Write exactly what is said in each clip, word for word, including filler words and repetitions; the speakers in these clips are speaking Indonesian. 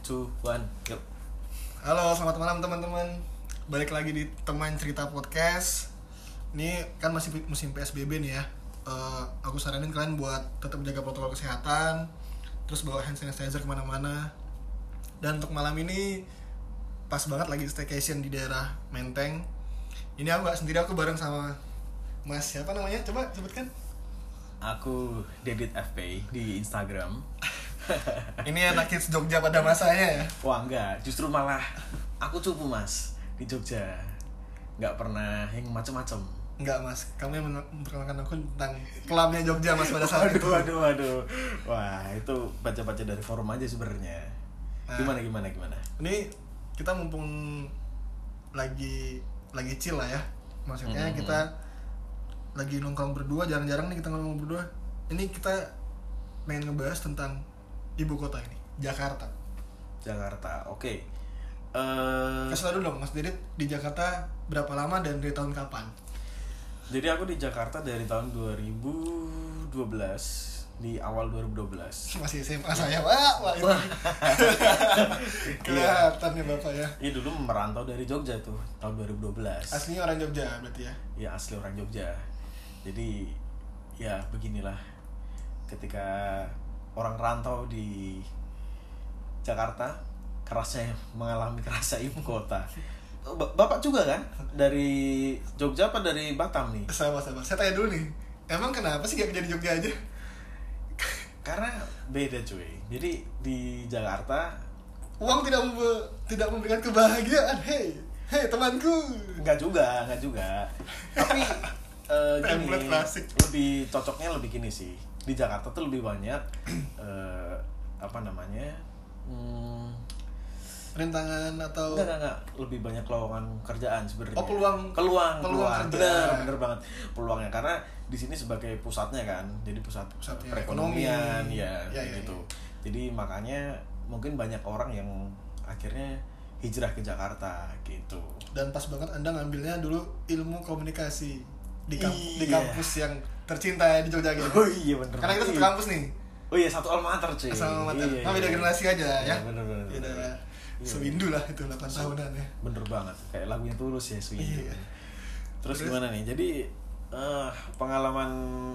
two, one, yuk. Halo, selamat malam teman-teman. Balik lagi di Teman Cerita Podcast. Ini kan masih musim P S B B nih ya. uh, Aku saranin kalian buat tetap jaga protokol kesehatan, terus bawa hand sanitizer kemana-mana. Dan untuk malam ini pas banget lagi staycation di daerah Menteng. Ini aku gak sendiri, aku bareng sama Mas siapa namanya? Coba sebutkan. Aku Dedit F P di Instagram. Ini anak kids Jogja pada masanya ya? Wah enggak, justru malah aku cupu mas di Jogja. Nggak pernah yang macem-macem. Enggak mas, kamu yang memperkenalkan aku tentang kelamnya Jogja mas pada saat waduh, itu. Waduh, waduh, wah itu baca-baca dari forum aja sebenarnya. Nah, gimana, gimana, gimana? Ini kita mumpung lagi lagi chill lah ya. Maksudnya mm-hmm. kita lagi nongkrong berdua, jarang-jarang nih kita ngomong berdua. Ini kita pengen ngebahas tentang ibu kota ini, Jakarta. Jakarta, oke. Okay. Uh... Kasih tau dulu dong, Mas Dedit di Jakarta berapa lama dan dari tahun kapan? Jadi aku di Jakarta dari tahun dua ribu dua belas, di awal dua ribu dua belas. Masih S M A saya, Pak. Wah, ini. Kelihatan ya Bapak ya. Iya dulu merantau dari Jogja tuh, tahun dua ribu dua belas. Aslinya orang Jogja berarti ya? Iya, asli orang Jogja. Jadi ya beginilah, ketika orang rantau di Jakarta, kerasnya mengalami kerasa ibu kota. Bapak juga kan? Dari Jogja apa dari Batam nih? Sama-sama. Saya tanya dulu nih, emang kenapa sih gak jadi Jogja aja? Karena beda cuy. Jadi di Jakarta uang tidak membe- tidak memberikan kebahagiaan. Hei, hei temanku. Enggak juga, enggak juga. Tapi uh, gini, lebih cocoknya lebih gini sih. Di Jakarta tuh lebih banyak uh, apa namanya hmm, rintangan atau enggak, enggak enggak lebih banyak lowongan kerjaan sebenarnya. Oh peluang peluang peluang, peluang kerja. bener bener banget peluangnya, karena di sini sebagai pusatnya kan, jadi pusat, pusat perekonomian ya, ya, ya gitu ya. Jadi makanya mungkin banyak orang yang akhirnya hijrah ke Jakarta gitu. Dan pas banget Anda ngambilnya dulu ilmu komunikasi di, kamp- iya. di kampus yang tercinta ya di Jogja gitu. Oh iya bener. Karena kita satu kampus nih. Oh iya, satu alma mater cuy. Satu alma mater. Iya, nah, beda iya. generasi aja ya. Iya, bener bener. Beda bener. Iya. Sewindu lah itu delapan tahunan ya. Bener banget. Kayak lagunya Tulus ya, Sewindu. Iya. Terus, Terus gimana nih? Jadi uh, pengalaman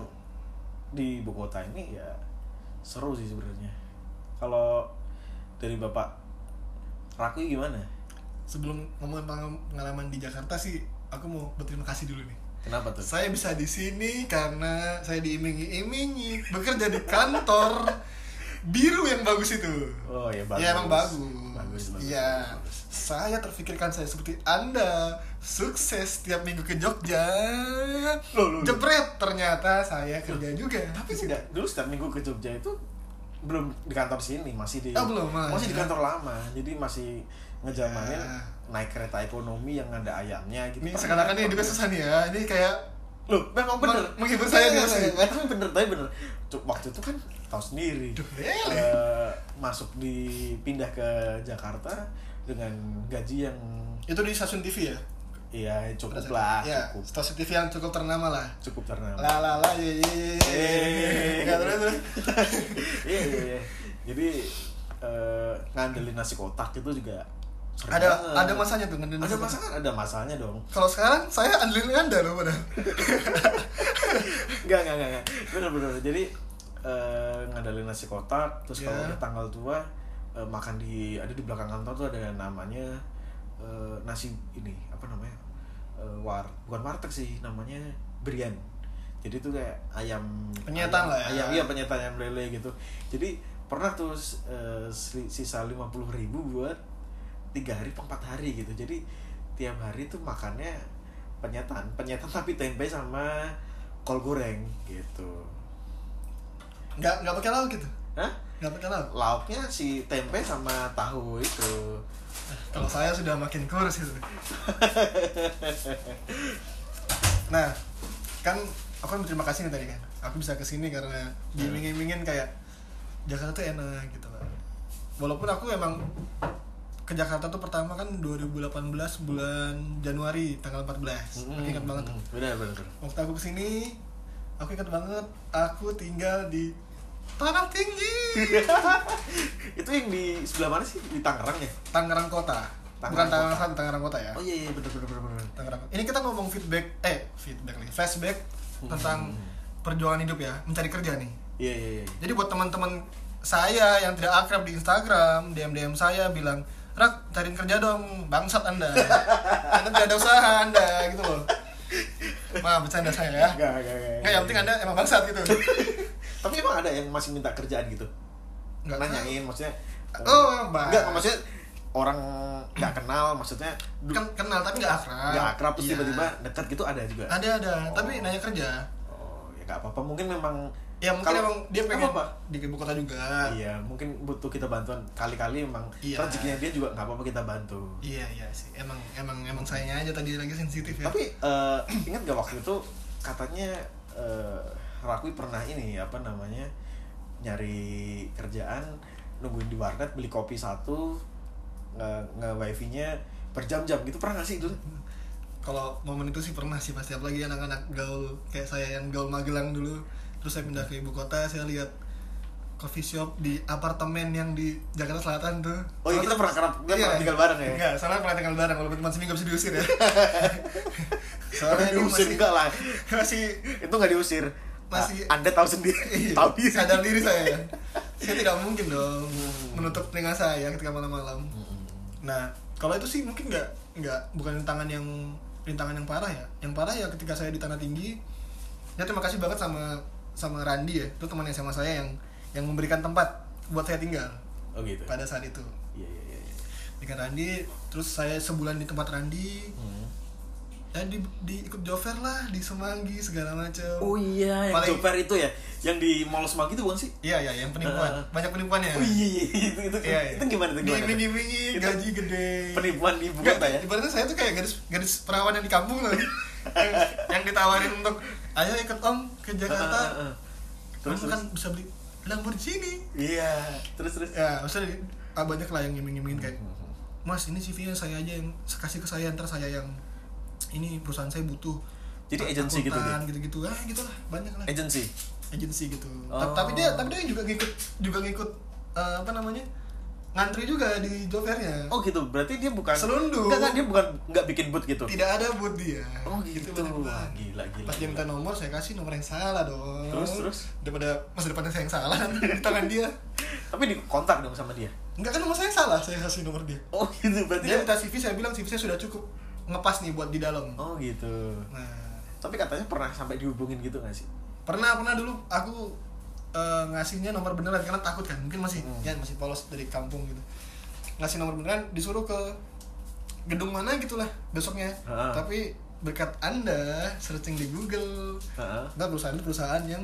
di ibu kota ini ya seru sih sebenarnya. Kalau dari Bapak Rakui gimana? Sebelum ngomongin pengalaman di Jakarta sih, aku mau berterima kasih dulu nih. Kenapa tuh? Saya bisa di sini karena saya diiming-imingi bekerja di kantor biru yang bagus itu. Oh ya bagus. Ya emang bagus. Bagus. Iya. Saya terfikirkan saya seperti Anda, sukses tiap minggu ke Jogja. Loh, loh, jebret ternyata saya kerja juga. Tapi tidak, dulu setiap minggu ke Jogja itu belum di kantor sini, masih di oh, belum, masih ya. di kantor lama. Jadi masih ngejamanin ya. Naik kereta ekonomi yang ada ayamnya gitu. Ini sekarang ini juga susah nih ya. Ini kayak loh, memang bener menghibur saya di sini. Tapi bener, tapi bener. Waktu itu kan tahu sendiri. Duh, uh, masuk di pindah ke Jakarta dengan gaji yang itu di stasiun T V ya? Iya, cukup lah, ya, cukup. Stasiun T V yang cukup ternama lah. Cukup ternama. La la la ye ye ye. Enggak terus. Iya, iya, iya. Jadi uh, ngandelin nasi kotak itu juga ada banget. Ada masanya tuh ngandelin. Ada masanya, ada masanya dong. Kalau sekarang saya andelin Anda loh padahal. Enggak, enggak, enggak. Bener-bener. Jadi uh, ngandelin nasi kotak, terus yeah. Kalau udah tanggal tua uh, makan di ada di belakang kantor tuh ada namanya uh, nasi ini apa namanya? Uh, war bukan warteg sih, namanya Brian. Jadi tuh kayak ayam penyetan ayam, lah ya. Ayam iya penyetan ayam lele gitu. Jadi pernah tuh uh, sisa lima puluh ribu buat tiga hari empat hari gitu. Jadi tiap hari tuh makannya penyetan penyetan tapi tempe sama kol goreng gitu. Nggak nggak pakai lauk gitu? Hah? Nggak pakai lauk? Lauknya si tempe sama tahu itu. Kalau saya sudah makin kurus itu. Nah, kan aku kan berterima kasih nih tadi kan. Aku bisa kesini karena diiming-imingin kayak Jakarta tuh enak gitu lah. Walaupun aku emang ke Jakarta tuh pertama kan dua ribu delapan belas bulan Januari tanggal empat belas. Mm-hmm. Aku ingat banget tuh. Benar, benar. Waktu aku kesini, aku ingat banget aku tinggal di Tanah Tinggi. Itu yang di sebelah mana sih? Di Tangerang ya? Tangerang Kota. Tangerang Bukan Kota. Tangerang, Tangerang Kota ya. Oh iya iya bener bener bener bener. Tangerang. Ini kita ngomong feedback eh feedback lagi. Flashback tentang perjuangan hidup ya, mencari kerja nih. Iya iya iya. Jadi buat teman-teman saya yang tidak akrab di Instagram, D M D M saya bilang, "Rak, cariin kerja dong, bangsat Anda. Anda tidak ada usaha Anda," gitu loh. Maaf, bercanda saya ya. Enggak enggak enggak. Enggak, yang penting Anda emang bangsat gitu. Tapi emang ada yang masih minta kerjaan gitu? Enggak Nanyain maksudnya. Oh, Bang. Enggak, maksudnya orang nggak kenal maksudnya Kan kenal tapi nggak akrab. nggak akrab terus Iya. tiba-tiba dekat gitu ada juga. Ada ada, Oh. tapi nanya kerja. Oh ya nggak apa-apa mungkin memang Ya mungkin kalau- emang dia nggak pengen apa-apa. di ibu kota juga. Iya mungkin butuh kita bantuan kali-kali emang Iya. rezekinya dia juga nggak apa-apa kita bantu. Iya iya sih. Emang emang emang sayangnya aja tadi lagi sensitif ya. Tapi eh, ingat gak waktu itu katanya eh, Rakui pernah ini apa namanya nyari kerjaan nungguin di warnet beli kopi satu nge nge wifi-nya berjam-jam gitu pernah nggak sih itu? Kalau momen itu sih pernah sih pasti, apalagi anak-anak gaul kayak saya yang gaul Magelang dulu. Terus saya pindah ke ibu kota, saya lihat coffee shop di apartemen yang di Jakarta Selatan tuh. Oh iya, kita pernah kerap kita Iya. pernah tinggal bareng ya? Enggak, soalnya pernah tinggal bareng walaupun cuma seminggu bisa diusir ya. Soalnya ini diusir masih, enggak lah. masih Itu nggak diusir. Masih- Ah, Anda tahu sendiri. tahu diri. sadar diri saya. Saya tidak mungkin dong menutup telinga saya ketika malam-malam. Nah, kalau itu sih mungkin nggak nggak bukan rintangan yang rintangan yang parah ya. Yang parah ya ketika saya di Tanah Tinggi. Ya terima kasih banget sama sama Randi ya. Itu teman S M A saya yang yang memberikan tempat buat saya tinggal Oh gitu. pada saat itu. Iya iya iya. iya. Dengan Randi, terus saya sebulan di tempat Randi. Hmm. Ya di, di ikut jover lah di Semanggi segala macam. Oh iya, yang Paling- Joper itu ya, yang di Mall Semanggi itu bukan sih? Iya iya, yang penipuan. Uh, Banyak penipuannya. Oh iya iya itu itu, Iya, iya. itu gimana itu gimana? Mingi mingi Itu gaji gede. Penipuan di ibu Enggak, kota ya? ibaratnya saya tuh kayak gadis gadis perawan yang di kampung loh. yang, yang ditawarin untuk ayo ikut om ke Jakarta. Uh, uh, uh. Terus Terus kan terus. bisa beli Lamborghini. Iya, terus terus. Ya, maksudnya ah, banyak lah yang ngiming-ngimingin kayak, "Mas, ini C V-nya saya aja yang kasih ke saya, ntar saya yang ini perusahaan saya butuh." Jadi agensi gitu dia? akuntan, gitu-gitu. Ah, gitulah, banyak lah. Agency. Agensi gitu. Oh. Ta- Tapi dia tapi dia juga ngikut juga ngikut eh, apa namanya? Ngantri juga di job fair-nya. Oh gitu, berarti dia bukan Selundup. Enggak, enggak, dia bukan enggak bikin booth gitu. Tidak ada buat dia. Oh gitu. banyak Wah, banget. gila gila. Pas dia gila. minta nomor, saya kasih nomor yang salah dong. Terus, terus? Daripada masa depannya saya yang salah di tangan dia. Tapi di kontak dong sama dia. Enggak, kan nomor saya salah, saya kasih nomor dia. Oh gitu, berarti Dia dia. minta C V, saya bilang C V saya sudah cukup ngepas nih buat di dalam. Oh gitu. Nah, Tapi katanya pernah sampai dihubungin gitu gak sih? pernah pernah dulu aku eh, ngasihnya nomor beneran karena takut kan, mungkin masih Hmm. ya masih polos dari kampung gitu. Ngasih nomor beneran, disuruh ke gedung mana gitulah besoknya. Ha. Tapi berkat Anda searching di Google, Heeh. nah perusahaan itu perusahaan yang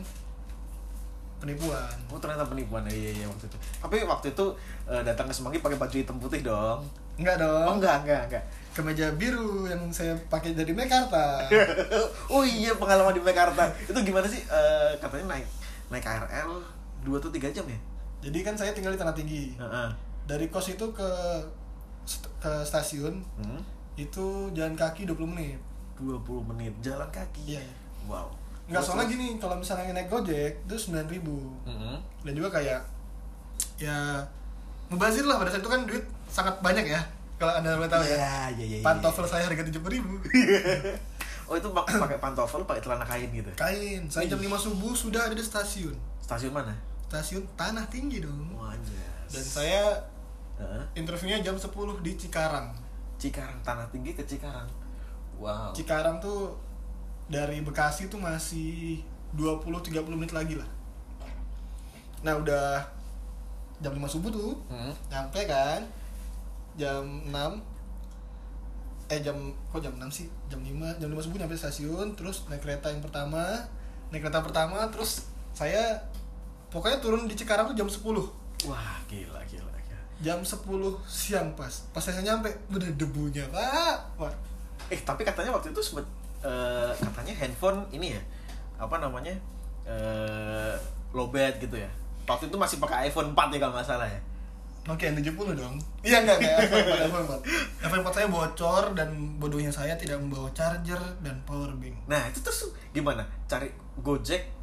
penipuan. Oh ternyata penipuan ya, iya iya waktu itu. Tapi waktu itu eh, datang ke Semanggi pakai baju hitam putih dong. Enggak dong. Oh enggak enggak enggak. Kemeja biru yang saya pakai dari Mekarta. Oh iya pengalaman di Mekarta. Itu gimana sih? Eh, katanya naik naik K R L dua atau tiga jam ya? Jadi kan saya tinggal di Tanah Tinggi. Heeh. Dari kos itu ke st- ke stasiun Hmm. itu jalan kaki dua puluh menit. dua puluh menit jalan kaki. Iya. Wow. Enggak, Terus, soalnya terus? gini, kalau misalnya naik Gojek itu sembilan ribu. Mm-mm. Dan juga kayak ya mubazir lah, pada saat itu kan duit sangat banyak ya. Kalau Anda boleh tahu ya. Iya, iya, iya. Pantofel saya harga tujuh puluh ribu. Oh itu mak- pakai pantofel, pakai celana kain gitu. Kain. Saya jam lima subuh sudah ada di stasiun. Stasiun mana? Stasiun Tanah Tinggi dong. Wajar. Dan saya Heeh. interviewnya jam sepuluh di Cikarang. Cikarang, Tanah Tinggi ke Cikarang. Wow. Cikarang tuh dari Bekasi tuh masih dua puluh sampai tiga puluh menit lagi lah. Nah, udah jam lima subuh tuh. Hmm. Nyampe kan jam enam eh jam kok jam enam sih? Jam lima, jam lima subuh nyampe stasiun, terus naik kereta yang pertama. Naik kereta pertama terus saya pokoknya turun di Cikarang tuh jam sepuluh. Wah, gila, gila, gila. Jam sepuluh siang pas. Pas saya nyampe udah debunya, Pak. Pak. Eh, tapi katanya waktu itu sempet eh, katanya handphone ini ya. Apa namanya? Eh, lowbat gitu ya. Waktu itu masih pakai iPhone empat ya kalau nggak salah ya. Nokia N tujuh puluh dong. Iya enggak kayak iPhone empat, iPhone empat. iPhone empat saya bocor dan bodohnya saya tidak membawa charger dan power bank. Nah, itu terus gimana? Cari Gojek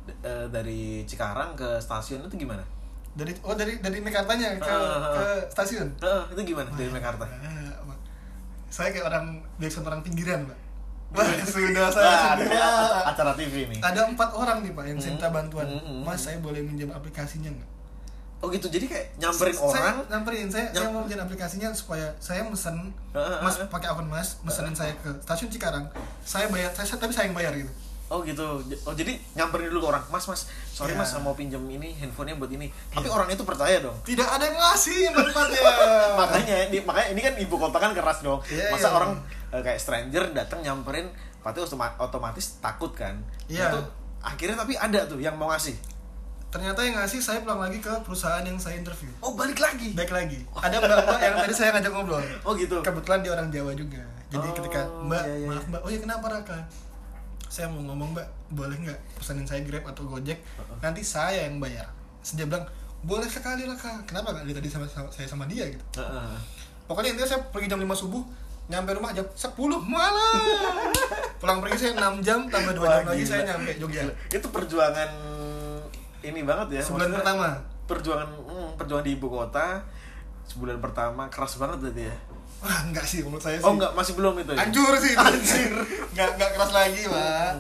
uh, dari Cikarang ke stasiun itu gimana? Dari oh dari dari Mekartanya ke uh, ke stasiun. Uh, itu gimana dari Mekarta? Uh, saya kayak orang biasa orang pinggiran, Pak. Wah, sudah saya nah, acara T V nih. Ada empat orang nih, Pak, yang saya minta bantuan. Mm-hmm. Mas, saya boleh minjem aplikasinya nggak? Oh gitu, jadi kayak nyamperin saya, orang. Saya nyamperin, saya, Nyam- saya mau minjem aplikasinya supaya saya mesen, uh, Mas uh, pakai akun Mas, mesenin uh, saya ke stasiun Cikarang. Saya bayar, saya tapi saya yang bayar gitu. Oh gitu. Oh jadi nyamperin dulu ke orang. Mas, Mas, sorry yeah. Mas, mau pinjam ini handphonenya buat ini. Tapi yeah. orang itu percaya dong. Tidak ada yang ngasih manfaatnya. makanya, di, makanya ini kan ibu kota kan keras dong. Yeah, Masa yeah. orang uh, kayak stranger datang nyamperin, pasti otomatis takut kan. Iya. Itu akhirnya tapi ada tuh yang mau ngasih. Ternyata yang ngasih saya pulang lagi ke perusahaan yang saya interview. Oh balik lagi? Balik lagi. Ada mbak-mbak yang tadi saya ngajak ngobrol. Oh gitu. Kebetulan dia orang Jawa juga. Jadi oh, ketika Mbak, iya, iya. maaf Mbak, oh ya kenapa Raka? Saya mau ngomong Mbak, boleh nggak pesanin saya Grab atau Gojek? Uh-uh. Nanti saya yang bayar. Dia bilang, boleh sekali Raka. Kenapa nggak dia tadi sama, sama saya sama dia gitu? Uh-uh. Pokoknya intinya saya pergi jam lima subuh, nyampe rumah jam sepuluh malam. Pulang pergi saya enam jam, tambah dua jam lagi saya nyampe Jogja. Itu perjuangan ini banget ya. Sebulan pertama. Perjuangan hmm, perjuangan di ibu kota sebulan pertama keras banget berarti ya. Wah, enggak sih menurut saya sih. Oh, enggak, masih belum itu. Ya? Hancur sih. Hancur. Enggak enggak keras lagi, Pak.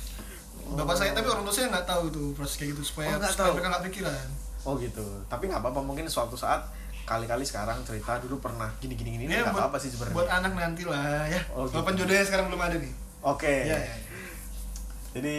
Bapak saya tapi orang tua saya enggak tahu tuh proses kayak gitu supaya, oh, supaya mereka enggak pikiran. Oh gitu. Tapi enggak apa-apa, mungkin suatu saat kali-kali sekarang cerita dulu pernah gini-gini gini ya, enggak apa-apa sih sebenarnya. Buat anak nanti lah ya. Oh, gitu. Walaupun jodohnya sekarang belum ada nih. Oke. Okay. Ya, ya, ya. Jadi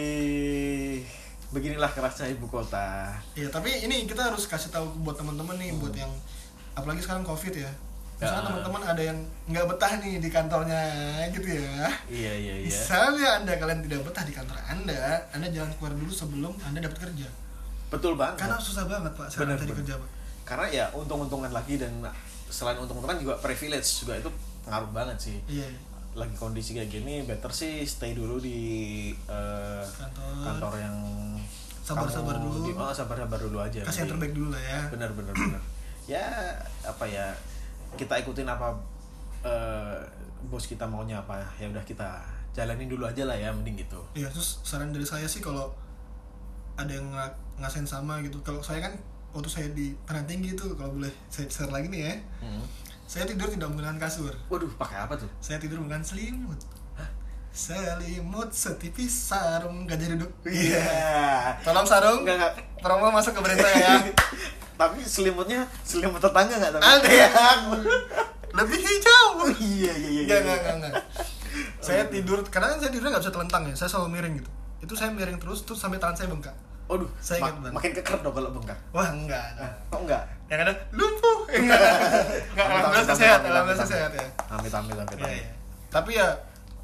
beginilah kerasnya ibu kota. Iya, tapi ini kita harus kasih tahu buat teman-teman nih, hmm. buat yang apalagi sekarang Covid ya. Misalnya ya. Teman-teman ada yang nggak betah nih di kantornya gitu ya. Iya, iya, iya. Misalnya Anda kalian tidak betah di kantor Anda, Anda jangan keluar dulu sebelum Anda dapat kerja. Betul banget. Karena susah banget, Pak, sekarang cari kerja, Pak. Karena ya untung-untungan lagi dan selain untung-untungan juga privilege juga itu pengaruh banget sih. Iya. Lagi kondisi kayak gini better sih stay dulu di uh, kantor. kantor yang sabar-sabar dulu. Di, oh, sabar-sabar dulu aja. Kasih yang terbaik dulu lah ya. Benar benar benar. Ya, apa ya? Kita ikutin apa uh, bos kita maunya apa. Ya udah kita jalanin dulu aja lah ya, mending gitu. Iya, terus saran dari saya sih kalau ada yang ng- ngasain sama gitu. Kalau saya kan waktu saya di Tanah Tinggi itu kalau boleh saya share lagi nih ya. Hmm. Saya tidur tidak menggunakan kasur. Waduh, pakai apa tuh? Saya tidur menggunakan selimut. Hah? Selimut setipis sarung gajah duduk. Iya. Yeah. Tolong sarung. Enggak enggak. Promo masuk ke brand saya ya. Tapi selimutnya selimut tetangga enggak tapi? Ada ya. Lebih hijau. Oh, iya iya iya. Enggak enggak enggak. enggak. Saya tidur karena saya tidurnya enggak bisa telentang ya. Saya selalu miring gitu. Itu saya miring terus terus sampai tangan saya bengkak. Waduh, saya mak- makin keker dong kalau bengkak. Wah, enggak. Nah. Oh, enggak. Yang ada lumpuh. Enggak. Enggak, alhamdulillah sehat, alhamdulillah sehat ya. Amit amit amit. Ya, ya. Tapi ya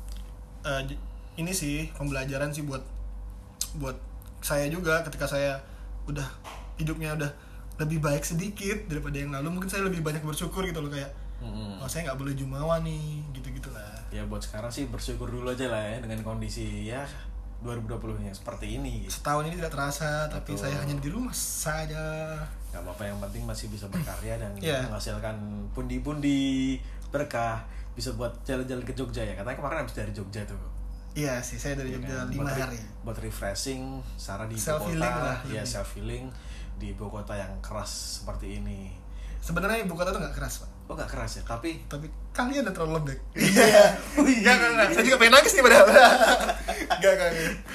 uh, ini sih pembelajaran sih buat buat saya juga ketika saya udah hidupnya udah lebih baik sedikit daripada yang lalu, mungkin saya lebih banyak bersyukur gitu loh kayak mm-hmm. oh saya nggak boleh jumawa nih gitu-gitulah. Ya buat sekarang sih bersyukur dulu aja lah ya dengan kondisi ya dua ribu dua puluh nya seperti ini. Setahun ini tidak terasa. Betul. Tapi saya hanya di rumah saja. Gak apa-apa, yang penting masih bisa berkarya dan yeah. menghasilkan pundi-pundi berkah, bisa buat jalan-jalan ke Jogja ya. Katanya kemarin habis dari Jogja tuh. Iya sih, saya dari Jogja lima buat hari. Buat refreshing, Sarah di self ibu kota, lah, ya self healing di ibu kota yang keras seperti ini. Sebenarnya ibu kota tuh nggak keras, Pak. Oh nggak keras ya, tapi tapi kalian udah terlalu lembek. Iya. Nggak nggak nggak. Saya juga pengen nangis nih padahal. Nggak nggak.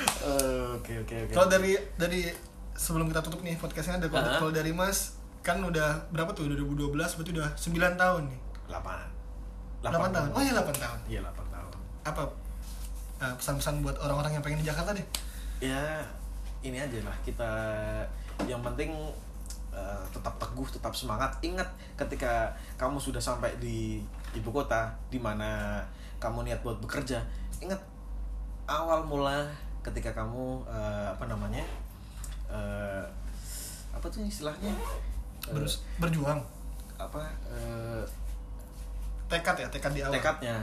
Oke oke oke. Kalau dari dari sebelum kita tutup nih podcastnya, ada uh-huh. kalau dari Mas kan udah berapa tuh dua ribu dua belas berarti udah sembilan tahun nih. delapan. delapan tahun. Oh ya delapan tahun. Iya delapan tahun. Apa uh, pesan-pesan buat orang-orang yang pengen di Jakarta deh? Ya ini aja lah, kita yang penting Uh, tetap teguh, tetap semangat. Ingat ketika kamu sudah sampai di ibu kota di mana kamu niat buat bekerja, ingat awal mula ketika kamu uh, apa namanya uh, apa tuh istilahnya uh, Ber- berjuang apa uh, tekad ya tekad di awal tekadnya.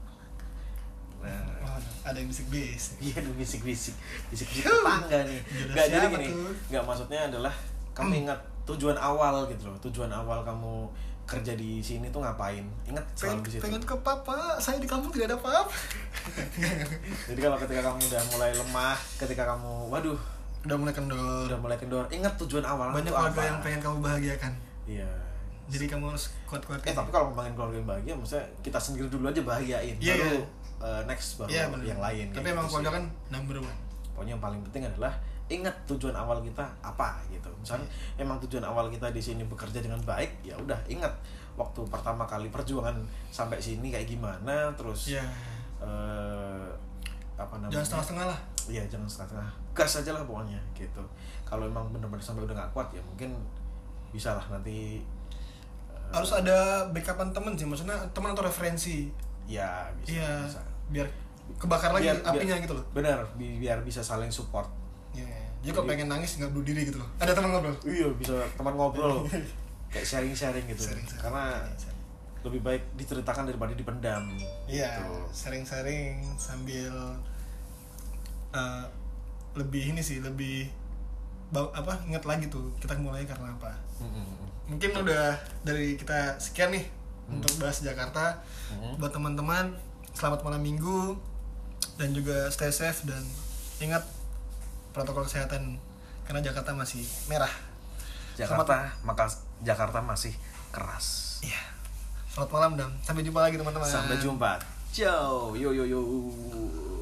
Nah, oh, ada yang bisik-bisik. Iya, ada bisik-bisik bisik-bisik tetangga nih. Nggak, jadi gini, nggak, maksudnya adalah kamu ingat tujuan awal gitu loh. Tujuan awal kamu kerja di sini tuh ngapain? Ingat selalu di situ. Pengen ke papa, saya di kampung tidak ada papa. Jadi kalau ketika kamu udah mulai lemah, ketika kamu waduh udah mulai kendor. Udah mulai kendor. Ingat tujuan awal Banyak itu keluarga apa? yang pengen kamu bahagiakan. Iya. Jadi kamu harus kuat-kuat. Eh tapi kalau ngomongin keluarga yang bahagia, maksudnya kita sendiri dulu aja bahagiain, Iya, baru iya. uh, next baru Iya, bener. yang lain. Tapi kayak emang gitu keluarga sih. kan number one. Pokoknya yang paling penting adalah ingat tujuan awal kita apa gitu. Misalnya emang tujuan awal kita di sini bekerja dengan baik, ya udah ingat waktu pertama kali perjuangan sampai sini kayak gimana, terus Iya. eh, apa namanya? Jangan setengah-setengah lah. Iya, jangan setengah-setengah. Gas aja lah pokoknya gitu. Kalau emang benar-benar sampai udah nggak kuat ya mungkin bisa lah nanti eh, Harus ada backupan temen sih, maksudnya teman atau referensi. ya bisa, Iya. bisa. Biar kebakar lagi Biar- apinya biar- gitu loh. Benar, bi- biar bisa saling support. Iya. Jadi kalau Jadi- pengen nangis nggak bunuh diri gitu loh. Ada teman ngobrol. Iya, bisa teman ngobrol. Kayak sharing-sharing gitu. Sharing-sharing. Karena lebih baik diceritakan daripada dipendam. Iya, Gitu. sering-sering sambil uh, lebih ini sih, lebih bau- apa ingat lagi tuh kita mulai karena apa. Mm-mm. Mungkin udah dari kita sekian nih Hmm. untuk bahas Jakarta. Mm-mm. Buat teman-teman, selamat malam minggu dan juga stay safe dan ingat protokol kesehatan karena Jakarta masih merah. Jakarta, maka Jakarta masih keras. Iya. Selamat malam dan sampai jumpa lagi teman-teman. Sampai jumpa. Ciao. Yo yo yo.